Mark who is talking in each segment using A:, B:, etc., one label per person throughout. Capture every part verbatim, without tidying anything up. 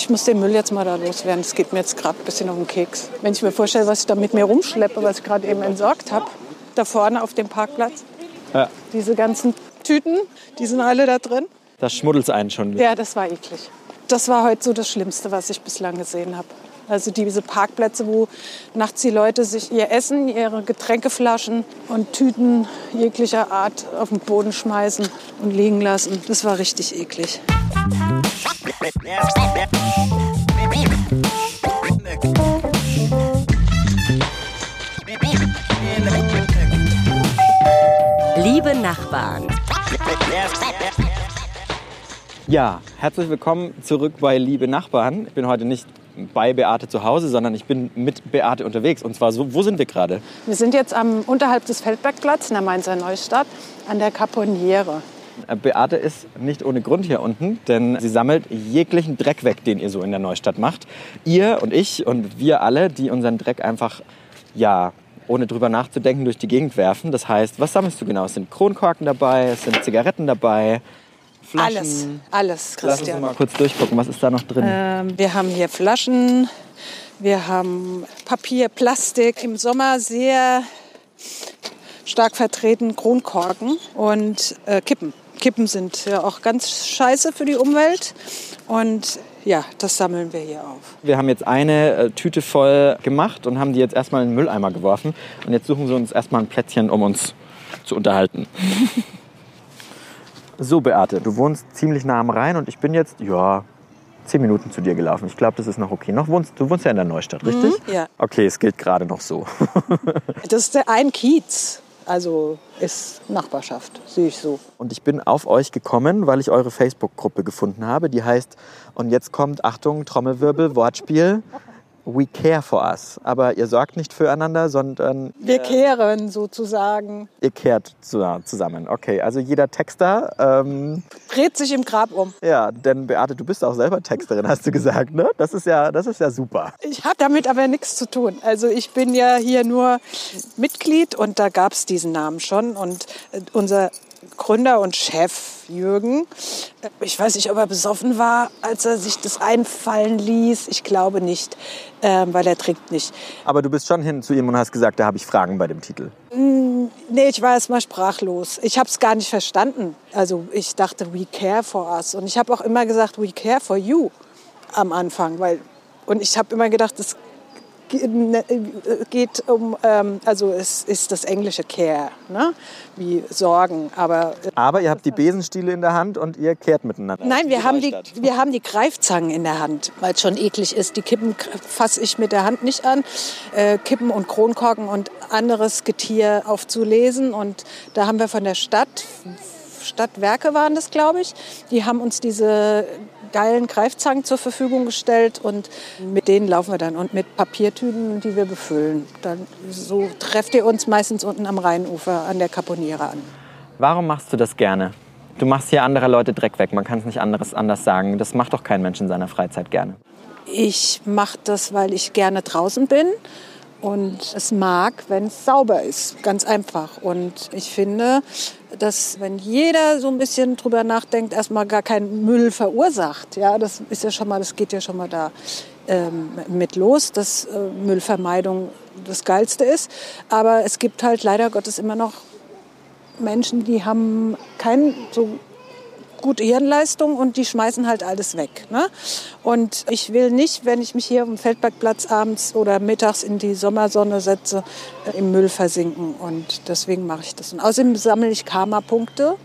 A: ich muss den Müll jetzt mal da loswerden. Das geht mir jetzt gerade ein bisschen auf den Keks. Wenn ich mir vorstelle, was ich da mit mir rumschleppe, was ich gerade eben entsorgt habe, da vorne auf dem Parkplatz.
B: Ja.
A: Diese ganzen Tüten, die sind alle da drin.
B: Da schmuddelt es einen schon.
A: Ja, das war eklig. Das war heute so das Schlimmste, was ich bislang gesehen habe. Also diese Parkplätze, wo nachts die Leute sich ihr Essen, ihre Getränkeflaschen und Tüten jeglicher Art auf den Boden schmeißen und liegen lassen. Das war richtig eklig.
C: Liebe Nachbarn.
B: Ja, herzlich willkommen zurück bei Liebe Nachbarn. Ich bin heute nicht bei Beate zu Hause, sondern ich bin mit Beate unterwegs. Und zwar, so, wo sind wir gerade?
A: Wir sind jetzt am, unterhalb des Feldbergplatz in der Mainzer Neustadt an der Caponiere.
B: Beate ist nicht ohne Grund hier unten, denn sie sammelt jeglichen Dreck weg, den ihr so in der Neustadt macht. Ihr und ich und wir alle, die unseren Dreck einfach, ja, ohne drüber nachzudenken, durch die Gegend werfen. Das heißt, was sammelst du genau? Es sind Kronkorken dabei, es sind Zigaretten dabei, Flaschen.
A: Alles, alles,
B: Lass
A: Christian.
B: uns mal kurz durchgucken, was ist da noch drin?
A: Ähm, wir haben hier Flaschen, wir haben Papier, Plastik. Im Sommer sehr stark vertreten Kronkorken und äh, Kippen. Kippen sind ja auch ganz scheiße für die Umwelt und ja, das sammeln wir hier auf.
B: Wir haben jetzt eine äh, Tüte voll gemacht und haben die jetzt erstmal in den Mülleimer geworfen. Und jetzt suchen wir uns erstmal ein Plätzchen, um uns zu unterhalten. So, Beate, du wohnst ziemlich nah am Rhein und ich bin jetzt, ja, zehn Minuten zu dir gelaufen. Ich glaube, das ist noch okay. Noch wohnst, du wohnst ja in der Neustadt, richtig?
A: Mhm, ja.
B: Okay, es geht gerade noch so.
A: Das ist der ein Kiez. Also ist Nachbarschaft, sehe ich so.
B: Und ich bin auf euch gekommen, weil ich eure Facebook-Gruppe gefunden habe. Die heißt, und jetzt kommt, Achtung, Trommelwirbel, Wortspiel, We care for us. Aber ihr sorgt nicht füreinander, sondern...
A: Wir kehren sozusagen.
B: Ihr kehrt zusammen. Okay, also jeder Texter... Ähm,
A: dreht sich im Grab um.
B: Ja, denn Beate, du bist auch selber Texterin, hast du gesagt, ne? Das ist ja, das ist ja super.
A: Ich habe damit aber nichts zu tun. Also ich bin ja hier nur Mitglied und da gab es diesen Namen schon. Und unser Gründer und Chef Jürgen, ich weiß nicht, ob er besoffen war, als er sich das einfallen ließ. Ich glaube nicht, äh, weil er trinkt nicht.
B: Aber du bist schon hin zu ihm und hast gesagt, da habe ich Fragen bei dem Titel.
A: Mm, nee, ich war erst mal sprachlos. Ich habe es gar nicht verstanden. Also ich dachte, we care for us. Und ich habe auch immer gesagt, we care for you am Anfang. Weil, und ich habe immer gedacht, es geht um, ähm, also es ist das englische Care, ne? Wie Sorgen. Aber,
B: aber ihr habt die Besenstiele in der Hand und ihr kehrt miteinander.
A: Nein, wir haben, die, wir haben die Greifzangen in der Hand, weil es schon eklig ist. Die Kippen fasse ich mit der Hand nicht an. Äh, Kippen und Kronkorken und anderes Getier aufzulesen. Und da haben wir von der Stadt, Stadtwerke waren das, glaube ich, die haben uns diese geilen Greifzangen zur Verfügung gestellt und mit denen laufen wir dann und mit Papiertüten, die wir befüllen. Dann, so trefft ihr uns meistens unten am Rheinufer an der Caponiere an.
B: Warum machst du das gerne? Du machst hier anderer Leute Dreck weg, man kann es nicht anderes, anders sagen. Das macht doch kein Mensch in seiner Freizeit gerne.
A: Ich mache das, weil ich gerne draußen bin und es mag, wenn es sauber ist, ganz einfach. Und ich finde, dass wenn jeder so ein bisschen drüber nachdenkt, erstmal gar keinen Müll verursacht. Ja, das ist ja schon mal, das geht ja schon mal da ähm, mit los, dass äh, Müllvermeidung das Geilste ist. Aber es gibt halt leider Gottes immer noch Menschen, die haben keine so gute Hirnleistung und die schmeißen halt alles weg. Ne? Und ich will nicht, wenn ich mich hier am Feldbergplatz abends oder mittags in die Sommersonne setze, im Müll versinken. Und deswegen mache ich das. Und außerdem sammle ich Karma-Punkte,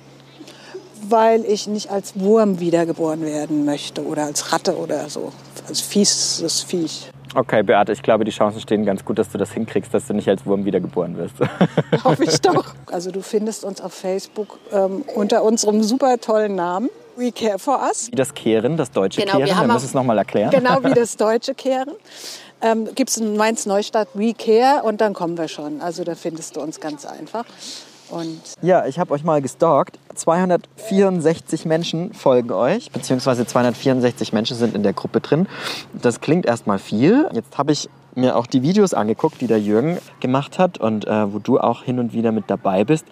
A: weil ich nicht als Wurm wiedergeboren werden möchte oder als Ratte oder so, als fieses Viech.
B: Okay, Beate, ich glaube, die Chancen stehen ganz gut, dass du das hinkriegst, dass du nicht als Wurm wiedergeboren wirst.
A: Glaube ich doch. Also du findest uns auf Facebook ähm, unter unserem super tollen Namen, We Care for Us.
B: Wie das Kehren, das deutsche
A: Genau,
B: Kehren,
A: wir
B: dann
A: haben
B: musst du es nochmal erklären.
A: Genau wie das deutsche Kehren. Ähm, gibt es in Mainz-Neustadt We Care und dann kommen wir schon. Also da findest du uns ganz einfach. Und
B: ja, ich habe euch mal gestalkt. zweihundertvierundsechzig Menschen folgen euch, beziehungsweise zweihundertvierundsechzig Menschen sind in der Gruppe drin. Das klingt erstmal viel. Jetzt habe ich mir auch die Videos angeguckt, die der Jürgen gemacht hat und äh, wo du auch hin und wieder mit dabei bist.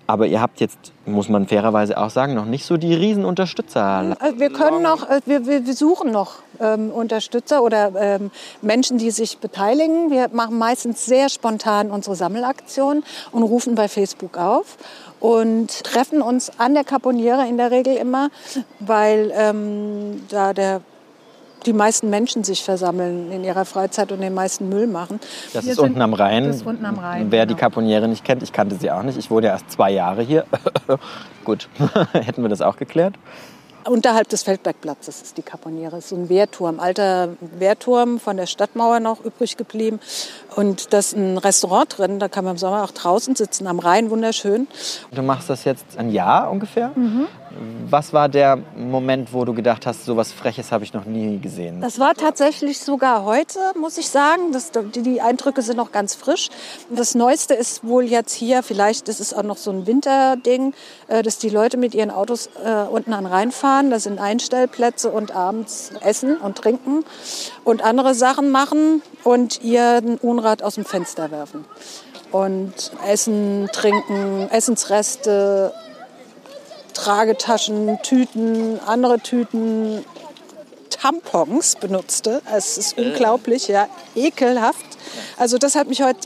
B: Aber ihr habt jetzt, muss man fairerweise auch sagen, noch nicht so die Riesenunterstützer.
A: Wir können noch, wir, wir suchen noch ähm, Unterstützer oder ähm, Menschen, die sich beteiligen. Wir machen meistens sehr spontan unsere Sammelaktion und rufen bei Facebook auf und treffen uns an der Caponiere in der Regel immer, weil ähm, da der die meisten Menschen sich versammeln in ihrer Freizeit und den meisten Müll machen.
B: Das ist unten am Rhein.
A: Das ist unten am Rhein.
B: Wer
A: genau.
B: die Caponiere nicht kennt, ich kannte sie auch nicht. Ich wohne ja erst zwei Jahre hier. Gut, hätten wir das auch geklärt.
A: Unterhalb des Feldbergplatzes ist die Caponiere. Das ist so ein Wehrturm, alter Wehrturm von der Stadtmauer noch übrig geblieben. Und da ist ein Restaurant drin, da kann man im Sommer auch draußen sitzen, am Rhein, wunderschön.
B: Du machst das jetzt ein Jahr ungefähr.
A: Mhm.
B: Was war der Moment, wo du gedacht hast, so was Freches habe ich noch nie gesehen?
A: Das war tatsächlich sogar heute, muss ich sagen. Das, die, die Eindrücke sind noch ganz frisch. Das Neueste ist wohl jetzt hier, vielleicht ist es auch noch so ein Winterding, äh, dass die Leute mit ihren Autos äh, unten an den Rhein fahren. Das sind Einstellplätze und abends essen und trinken und andere Sachen machen und ihren Unrat aus dem Fenster werfen. Und essen, trinken, Essensreste, Tragetaschen, Tüten, andere Tüten, Tampons benutzte. Es ist unglaublich, ja, ekelhaft. Also das hat mich heute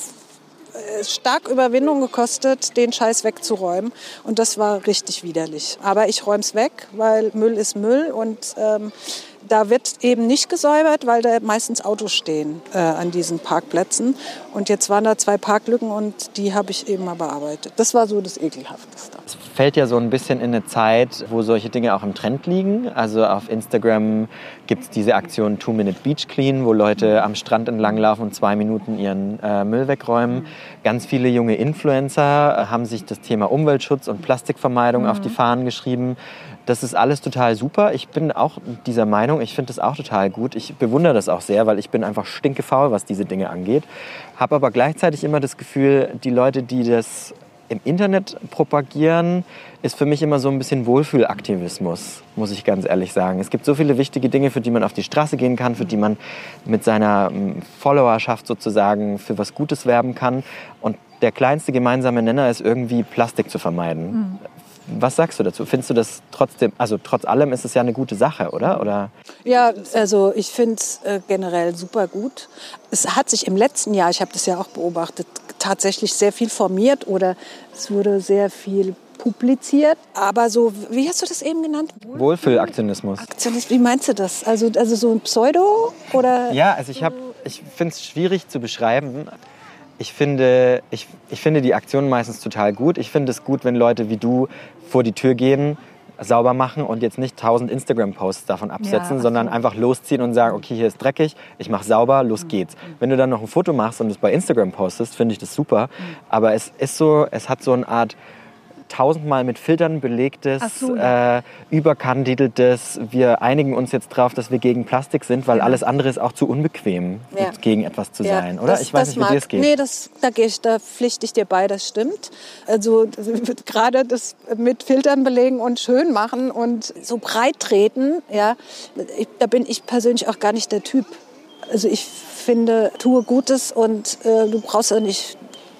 A: stark Überwindung gekostet, den Scheiß wegzuräumen. Und das war richtig widerlich. Aber ich räume es weg, weil Müll ist Müll und ähm, da wird eben nicht gesäubert, weil da meistens Autos stehen äh, an diesen Parkplätzen. Und jetzt waren da zwei Parklücken und die habe ich eben mal bearbeitet. Das war so das Ekelhafteste.
B: Es fällt ja so ein bisschen in eine Zeit, wo solche Dinge auch im Trend liegen. Also auf Instagram gibt es diese Aktion Two Minute Beach Clean, wo Leute am Strand entlang laufen und zwei Minuten ihren äh, Müll wegräumen. Mhm. Ganz viele junge Influencer haben sich das Thema Umweltschutz und Plastikvermeidung mhm. auf die Fahnen geschrieben. Das ist alles total super. Ich bin auch dieser Meinung, ich finde das auch total gut. Ich bewundere das auch sehr, weil ich bin einfach stinkefaul, was diese Dinge angeht. Habe aber gleichzeitig immer das Gefühl, die Leute, die das im Internet propagieren, ist für mich immer so ein bisschen Wohlfühlaktivismus, muss ich ganz ehrlich sagen. Es gibt so viele wichtige Dinge, für die man auf die Straße gehen kann, für die man mit seiner Followerschaft sozusagen für was Gutes werben kann. Und der kleinste gemeinsame Nenner ist irgendwie Plastik zu vermeiden. Mhm. Was sagst du dazu? Findest du das trotzdem, also trotz allem ist es ja eine gute Sache, oder? oder?
A: Ja, also ich finde es äh, generell super gut. Es hat sich im letzten Jahr, ich habe das ja auch beobachtet, tatsächlich sehr viel formiert oder es wurde sehr viel publiziert. Aber so, wie hast du das eben genannt?
B: Wohlfühlaktionismus.
A: Aktionismus, wie meinst du das? Also, also so ein Pseudo? Oder?
B: Ja, also ich, ich finde es schwierig zu beschreiben. Ich finde, ich, ich finde die Aktionen meistens total gut. Ich finde es gut, wenn Leute wie du vor die Tür gehen, sauber machen und jetzt nicht tausend Instagram-Posts davon absetzen, ja, sondern einfach losziehen und sagen, okay, hier ist dreckig, ich mache sauber, los geht's. Mhm. Wenn du dann noch ein Foto machst und es bei Instagram postest, finde ich das super. Mhm. Aber es ist so, es hat so eine Art tausendmal mit Filtern belegtes, so, ja. äh, überkandideltes, wir einigen uns jetzt drauf, dass wir gegen Plastik sind, weil ja. alles andere ist auch zu unbequem, ja. gegen etwas zu ja. sein, oder?
A: Das,
B: ich weiß nicht, wie dir es geht.
A: Nee, das, da, gehe ich, da pflichte ich dir bei, das stimmt. Also gerade das mit Filtern belegen und schön machen und so breit treten, ja, ich, da bin ich persönlich auch gar nicht der Typ. Also ich finde, tue Gutes und äh, du brauchst ja nicht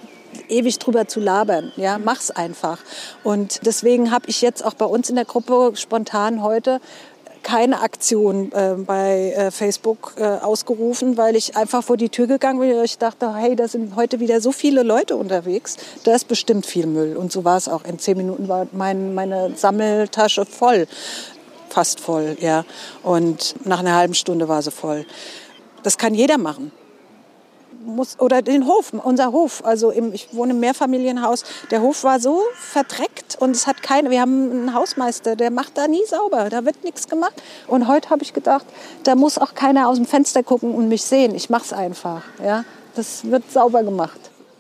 A: ewig drüber zu labern, ja, mach's einfach. Und deswegen habe ich jetzt auch bei uns in der Gruppe spontan heute keine Aktion äh, bei äh, Facebook äh, ausgerufen, weil ich einfach vor die Tür gegangen bin und ich dachte, hey, da sind heute wieder so viele Leute unterwegs, da ist bestimmt viel Müll. Und so war es auch. In zehn Minuten war mein, meine Sammeltasche voll, fast voll, ja. Und nach einer halben Stunde war sie voll. Das kann jeder machen. Muss, oder den Hof, unser Hof, also im, ich wohne im Mehrfamilienhaus, der Hof war so verdreckt und es hat keine, wir haben einen Hausmeister, der macht da nie sauber, da wird nichts gemacht. Und heute habe ich gedacht, da muss auch keiner aus dem Fenster gucken und mich sehen, ich mache es einfach, ja, das wird sauber gemacht.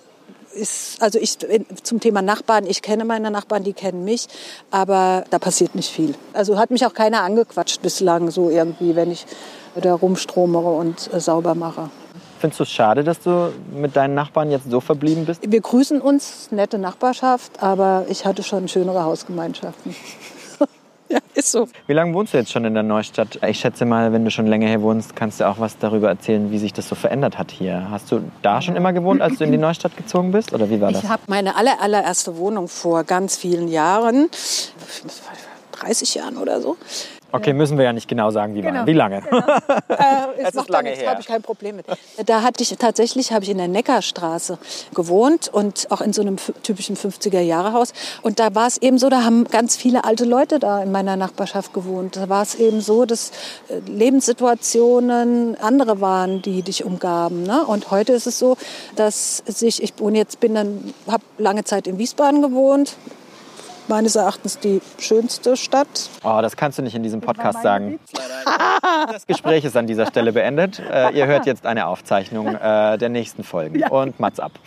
A: Ist, also ich, zum Thema Nachbarn, ich kenne meine Nachbarn, die kennen mich, aber da passiert nicht viel. Also hat mich auch keiner angequatscht bislang, so irgendwie, wenn ich da rumstromere und äh, sauber mache.
B: Findest du es schade, dass du mit deinen Nachbarn jetzt so verblieben bist?
A: Wir grüßen uns, nette Nachbarschaft, aber ich hatte schon schönere Hausgemeinschaften. Ja, ist so.
B: Wie lange wohnst du jetzt schon in der Neustadt? Ich schätze mal, wenn du schon länger hier wohnst, kannst du auch was darüber erzählen, wie sich das so verändert hat hier. Hast du da schon immer gewohnt, als du in die Neustadt gezogen bist? Oder wie war das?
A: Ich habe meine aller, allererste Wohnung vor ganz vielen Jahren, dreißig Jahren oder so.
B: Okay, müssen wir ja nicht genau sagen, wie,
A: Genau.
B: war. wie lange.
A: Genau. Äh, es
B: Es ist lange her.
A: Da habe ich kein Problem mit. Da hatte ich tatsächlich habe ich in der Neckarstraße gewohnt und auch in so einem typischen fünfziger-Jahre-Haus. Und da war es eben so, da haben ganz viele alte Leute da in meiner Nachbarschaft gewohnt. Da war es eben so, dass Lebenssituationen andere waren, die dich umgaben. Ne? Und heute ist es so, dass sich, ich wohne jetzt, bin dann, habe lange Zeit in Wiesbaden gewohnt. Meines Erachtens die schönste Stadt.
B: Oh, das kannst du nicht in diesem Podcast sagen. Das Gespräch ist an dieser Stelle beendet. Äh, ihr hört jetzt eine Aufzeichnung äh, der nächsten Folgen. Ja. Und Mats ab.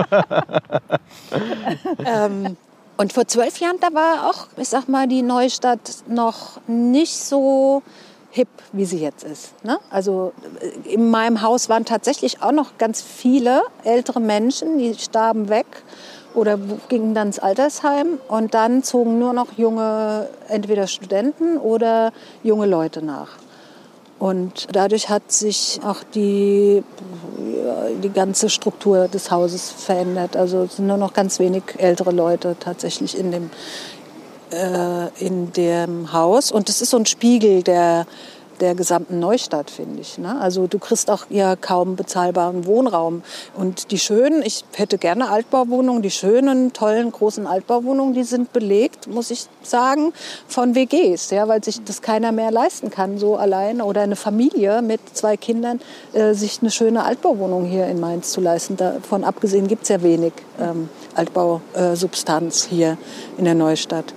A: ähm, und vor zwölf Jahren, da war auch, ich sag mal, die Neustadt noch nicht so hip, wie sie jetzt ist. Ne? Also in meinem Haus waren tatsächlich auch noch ganz viele ältere Menschen, die starben weg. Oder gingen dann ins Altersheim und dann zogen nur noch junge, entweder Studenten oder junge Leute nach. Und dadurch hat sich auch die, die ganze Struktur des Hauses verändert. Also es sind nur noch ganz wenig ältere Leute tatsächlich in dem, äh, in dem Haus. Und es ist so ein Spiegel der der gesamten Neustadt, finde ich. Ne? Also du kriegst auch ja kaum bezahlbaren Wohnraum. Und die schönen, ich hätte gerne Altbauwohnungen, die schönen, tollen, großen Altbauwohnungen, die sind belegt, muss ich sagen, von W Gs, ja, weil sich das keiner mehr leisten kann, so alleine. Oder eine Familie mit zwei Kindern, äh, sich eine schöne Altbauwohnung hier in Mainz zu leisten. Davon abgesehen gibt es ja wenig ähm, Altbausubstanz hier in der Neustadt.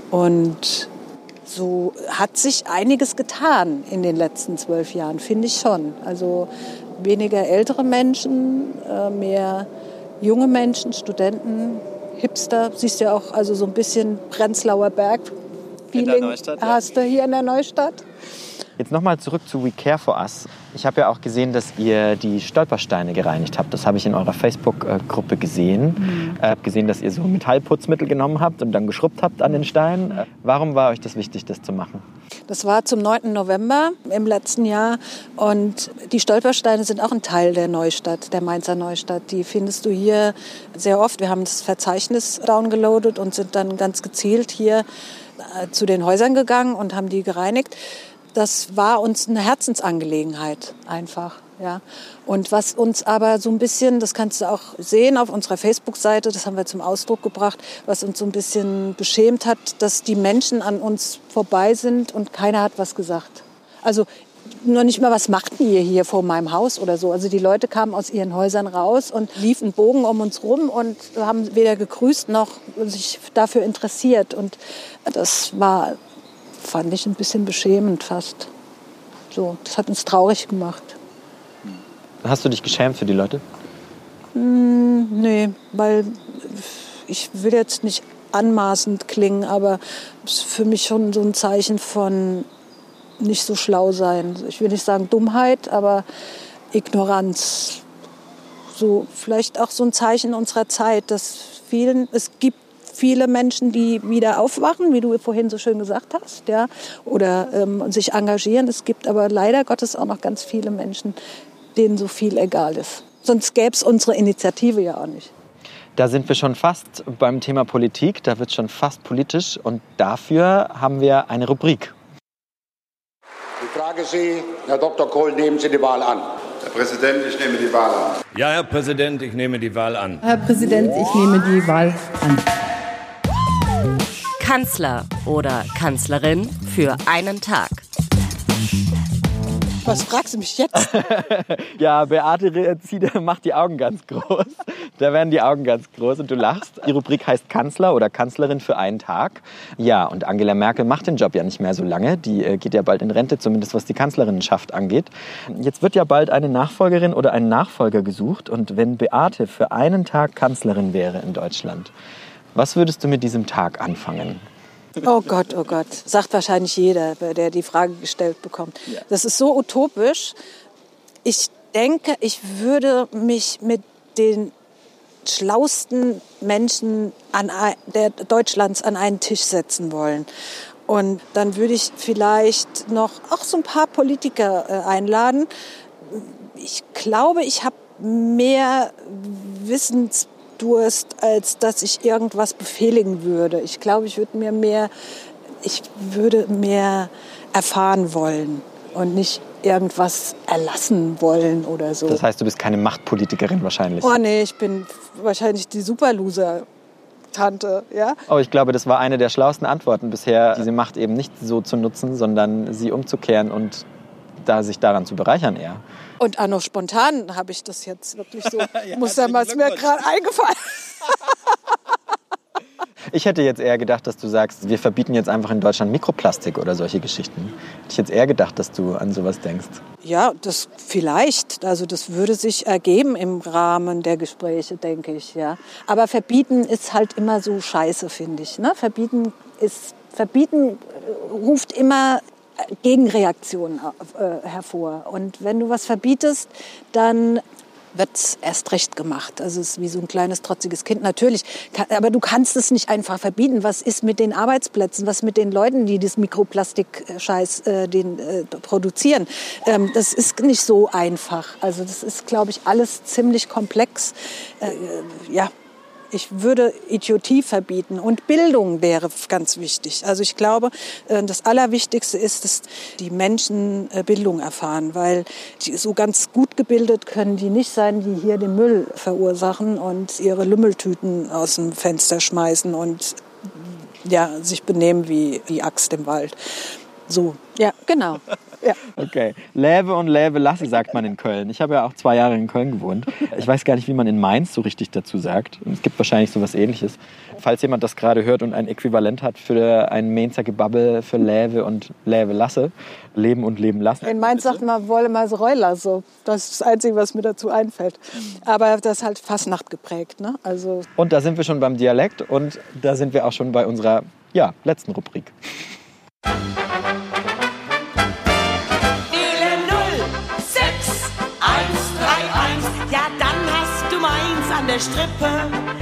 A: Und so hat sich einiges getan in den letzten zwölf Jahren, finde ich schon. Also weniger ältere Menschen, äh, mehr junge Menschen, Studenten, Hipster. Siehst ja auch also so ein bisschen Prenzlauer Berg-Feeling hast du hier in der Neustadt.
B: Jetzt nochmal zurück zu We Care For Us. Ich habe ja auch gesehen, dass ihr die Stolpersteine gereinigt habt. Das habe ich in eurer Facebook-Gruppe gesehen. Mhm. Ich habe gesehen, dass ihr so Metallputzmittel genommen habt und dann geschrubbt habt an den Steinen. Warum war euch das wichtig, das zu machen?
A: Das war zum neunten November im letzten Jahr. Und die Stolpersteine sind auch ein Teil der Neustadt, der Mainzer Neustadt. Die findest du hier sehr oft. Wir haben das Verzeichnis downgeloadet und sind dann ganz gezielt hier zu den Häusern gegangen und haben die gereinigt. Das war uns eine Herzensangelegenheit einfach. Ja. Und was uns aber so ein bisschen, das kannst du auch sehen auf unserer Facebook-Seite, das haben wir zum Ausdruck gebracht, was uns so ein bisschen beschämt hat, dass die Menschen an uns vorbei sind und keiner hat was gesagt. Also noch nicht mal, was machten ihr hier vor meinem Haus oder so. Also die Leute kamen aus ihren Häusern raus und liefen Bogen um uns rum und haben weder gegrüßt noch sich dafür interessiert. Und das war, fand ich ein bisschen beschämend fast. So, das hat uns traurig gemacht.
B: Hast du dich geschämt für die Leute?
A: Mm, nee, weil ich will jetzt nicht anmaßend klingen, aber es ist für mich schon so ein Zeichen von nicht so schlau sein. Ich will nicht sagen Dummheit, aber Ignoranz. So, vielleicht auch so ein Zeichen unserer Zeit, dass vielen, es gibt viele Menschen, die wieder aufwachen, wie du vorhin so schön gesagt hast, ja, oder ähm, sich engagieren. Es gibt aber leider Gottes auch noch ganz viele Menschen, denen so viel egal ist. Sonst gäbe es unsere Initiative ja auch nicht.
B: Da sind wir schon fast beim Thema Politik, da wird es schon fast politisch und dafür haben wir eine Rubrik.
D: Ich frage Sie, Herr Doktor Kohl, nehmen Sie die Wahl an?
E: Herr Präsident, ich nehme die Wahl an.
F: Ja, Herr Präsident, ich nehme die Wahl an.
G: Herr Präsident, ich nehme die Wahl an.
C: Kanzler oder Kanzlerin für einen Tag.
A: Was fragst du mich jetzt?
B: Ja, Beate macht die Augen ganz groß. Da werden die Augen ganz groß und du lachst. Die Rubrik heißt Kanzler oder Kanzlerin für einen Tag. Ja, und Angela Merkel macht den Job ja nicht mehr so lange. Die äh, geht ja bald in Rente, zumindest was die Kanzlerinnenschaft angeht. Jetzt wird ja bald eine Nachfolgerin oder ein Nachfolger gesucht. Und wenn Beate für einen Tag Kanzlerin wäre in Deutschland, was würdest du mit diesem Tag anfangen?
A: Oh Gott, oh Gott. Sagt wahrscheinlich jeder, der die Frage gestellt bekommt. Ja. Das ist so utopisch. Ich denke, ich würde mich mit den schlausten Menschen an, der Deutschlands an einen Tisch setzen wollen Und dann würde ich vielleicht noch auch so ein paar Politiker äh, einladen. Ich glaube, ich habe mehr Wissensdurst, als dass ich irgendwas befehligen würde. Ich glaube, ich würde mir mehr, ich würde mehr erfahren wollen und nicht irgendwas erlassen wollen oder so.
B: Das heißt, du bist keine Machtpolitikerin wahrscheinlich.
A: Oh nee, ich bin wahrscheinlich die Superloser-Tante, ja.
B: Oh, ich glaube, das war eine der schlauesten Antworten bisher, diese Macht eben nicht so zu nutzen, sondern sie umzukehren und da sich daran zu bereichern eher.
A: Und auch noch spontan habe ich das jetzt wirklich so, ja, muss sagen, was mir gerade eingefallen.
B: Ich hätte jetzt eher gedacht, dass du sagst, wir verbieten jetzt einfach in Deutschland Mikroplastik oder solche Geschichten. Hätte ich jetzt eher gedacht, dass du an sowas denkst.
A: Ja, das vielleicht. Also das würde sich ergeben im Rahmen der Gespräche, denke ich. Ja. Aber verbieten ist halt immer so scheiße, finde ich. Ne? Verbieten ist, verbieten ruft immer Gegenreaktionen äh, hervor. Und wenn du was verbietest, dann wird es erst recht gemacht. Also es ist wie so ein kleines, trotziges Kind. Natürlich, kann, aber du kannst es nicht einfach verbieten. Was ist mit den Arbeitsplätzen? Was mit den Leuten, die das Mikroplastik-Scheiß äh, den, äh, produzieren? Ähm, das ist nicht so einfach. Also das ist, glaube ich, alles ziemlich komplex. Äh, ja. Ich würde Idiotie verbieten und Bildung wäre ganz wichtig. Also ich glaube, das Allerwichtigste ist, dass die Menschen Bildung erfahren, weil die so ganz gut gebildet können die nicht sein, die hier den Müll verursachen und ihre Lümmeltüten aus dem Fenster schmeißen und ja, sich benehmen wie die Axt im Wald. So, ja, genau. Ja.
B: Okay. Läve und Läve lasse, sagt man in Köln. Ich habe ja auch zwei Jahre in Köln gewohnt. Ich weiß gar nicht, wie man in Mainz so richtig dazu sagt. Es gibt wahrscheinlich sowas Ähnliches. Falls jemand das gerade hört und ein Äquivalent hat für ein Mainzer Gebabbel für Läve und Läve lasse, leben und leben lassen.
A: In Mainz sagt man, wolle mal so Reuler, so. Das ist das Einzige, was mir dazu einfällt. Aber das ist halt Fastnacht geprägt, ne? Also
B: und da sind wir schon beim Dialekt und da sind wir auch schon bei unserer ja, letzten Rubrik.
C: Ja, dann hast du meins an der Strippe.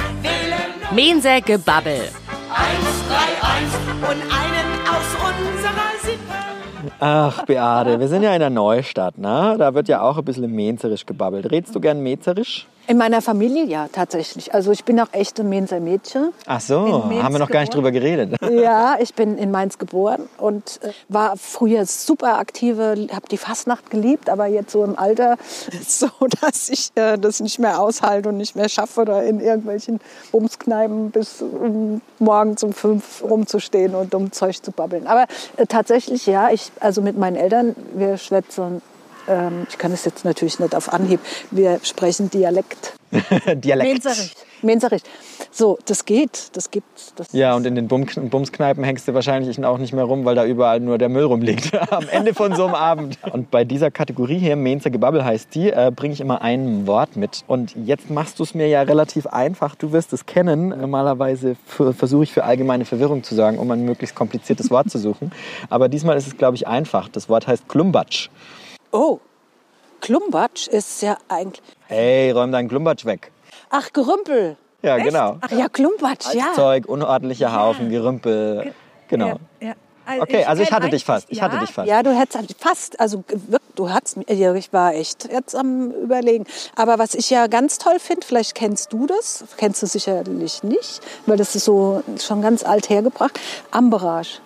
C: Menser Gebabbel. eins drei eins und einen aus unserer Sippe.
B: Ach, Beate, wir sind ja in der Neustadt, ne? Da wird ja auch ein bisschen menzerisch gebabbelt. Redst du gern mezerisch?
A: in meiner Familie ja, tatsächlich. Also ich bin auch echte Mainzer Mädchen.
B: Ach so, haben wir noch
A: geboren.
B: gar nicht drüber geredet.
A: Ja, ich bin in Mainz geboren und äh, war früher super aktive, habe die Fastnacht geliebt, aber jetzt so im Alter ist so, dass ich äh, das nicht mehr aushalte und nicht mehr schaffe, da in irgendwelchen Bumskneipen bis um, morgens um fünf rumzustehen und dumm Zeug zu babbeln. Aber äh, tatsächlich, ja, ich, also mit meinen Eltern, wir schwätzen, ähm, ich kann es jetzt natürlich nicht auf Anhieb, wir sprechen Dialekt.
B: Dialekt.
A: Mainzerisch. Mainzerisch. So, das geht, das gibt's. Das
B: ja, und in den Bum- Bumskneipen hängst du wahrscheinlich auch nicht mehr rum, weil da überall nur der Müll rumliegt am Ende von so einem Abend. Und bei dieser Kategorie hier, Mainzer Gebabbel heißt die, äh, bringe ich immer ein Wort mit. Und jetzt machst du es mir ja relativ einfach, du wirst es kennen. Normalerweise f- versuche ich für allgemeine Verwirrung zu sorgen, um ein möglichst kompliziertes Wort zu suchen. Aber diesmal ist es, glaube ich, einfach. Das Wort heißt Klumbatsch.
A: Oh, Klumbatsch ist ja eigentlich...
B: Hey, räum deinen Klumbatsch weg.
A: Ach, Gerümpel.
B: Ja,
A: Echt?
B: genau.
A: Ach ja, Klumbatsch, ja.
B: Zeug, unordentlicher Haufen, Gerümpel. Genau.
A: Ja, ja.
B: Okay, also ich hatte dich fast. Ich
A: ja,
B: hatte dich fast.
A: Ja, du hättest fast, also du hattest, ich war echt jetzt am Überlegen. Aber was ich ja ganz toll finde, vielleicht kennst du das, kennst du sicherlich nicht, weil das ist so schon ganz alt hergebracht, Amberage.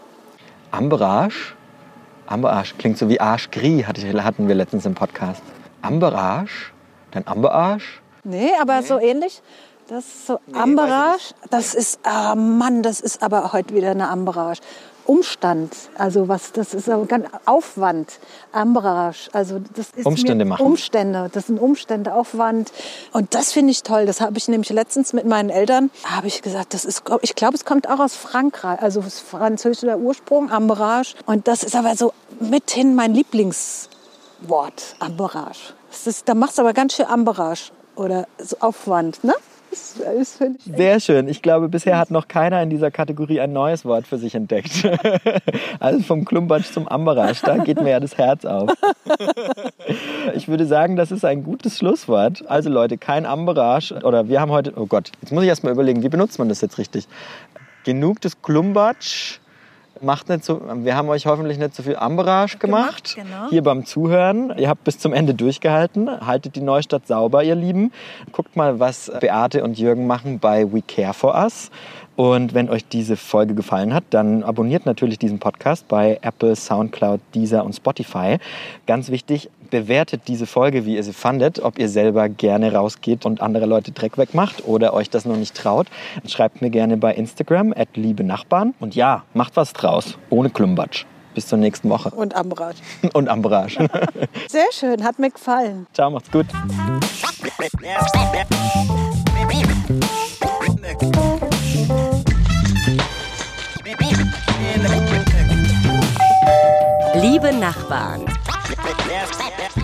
B: Amberage? Amberage klingt so wie Arschgris, hatten wir letztens im Podcast. Amberage? Dein Amberarsch?
A: Nee, aber nee. So ähnlich. Das ist so nee, Amberage. Das ist, ah Mann, das ist aber heute wieder eine Amberage. Umstand, also was, das ist so ganz Aufwand, Amberage, also das ist
B: Umstände machen.
A: Umstände, das sind Umstände, Aufwand und das finde ich toll. Das habe ich nämlich letztens mit meinen Eltern, habe ich gesagt, das ist, ich glaube, es kommt auch aus Frankreich, also das französischer Ursprung, Amberage und das ist aber so mithin mein Lieblingswort, Amberage. Das ist, da machst du aber ganz schön Amberage oder so Aufwand, ne? Das ist, finde ich
B: sehr schön. Ich glaube, bisher hat noch keiner in dieser Kategorie ein neues Wort für sich entdeckt. Also vom Klumbatsch zum Amberage, da geht mir ja das Herz auf. Ich würde sagen, das ist ein gutes Schlusswort. Also Leute, kein Amberage. Oder wir haben heute, oh Gott, jetzt muss ich erst mal überlegen, wie benutzt man das jetzt richtig? Genug des Klumbatsch. Macht nicht so, wir haben euch hoffentlich nicht so viel Amberage gemacht,
A: gemacht genau.
B: Hier beim Zuhören. Ihr habt bis zum Ende durchgehalten. Haltet die Neustadt sauber, ihr Lieben. Guckt mal, was Beate und Jürgen machen bei We Care for Us. Und wenn euch diese Folge gefallen hat, dann abonniert natürlich diesen Podcast bei Apple, Soundcloud, Deezer und Spotify. Ganz wichtig, bewertet diese Folge, wie ihr sie fandet, ob ihr selber gerne rausgeht und andere Leute Dreck wegmacht oder euch das noch nicht traut. Schreibt mir gerne bei Instagram at liebe Nachbarn. Und ja, macht was draus, ohne Klumpatsch. Bis zur nächsten Woche.
A: Und Amberage.
B: Und Amberage.
A: Sehr schön, hat mir gefallen.
B: Ciao, macht's gut.
C: Liebe Nachbarn.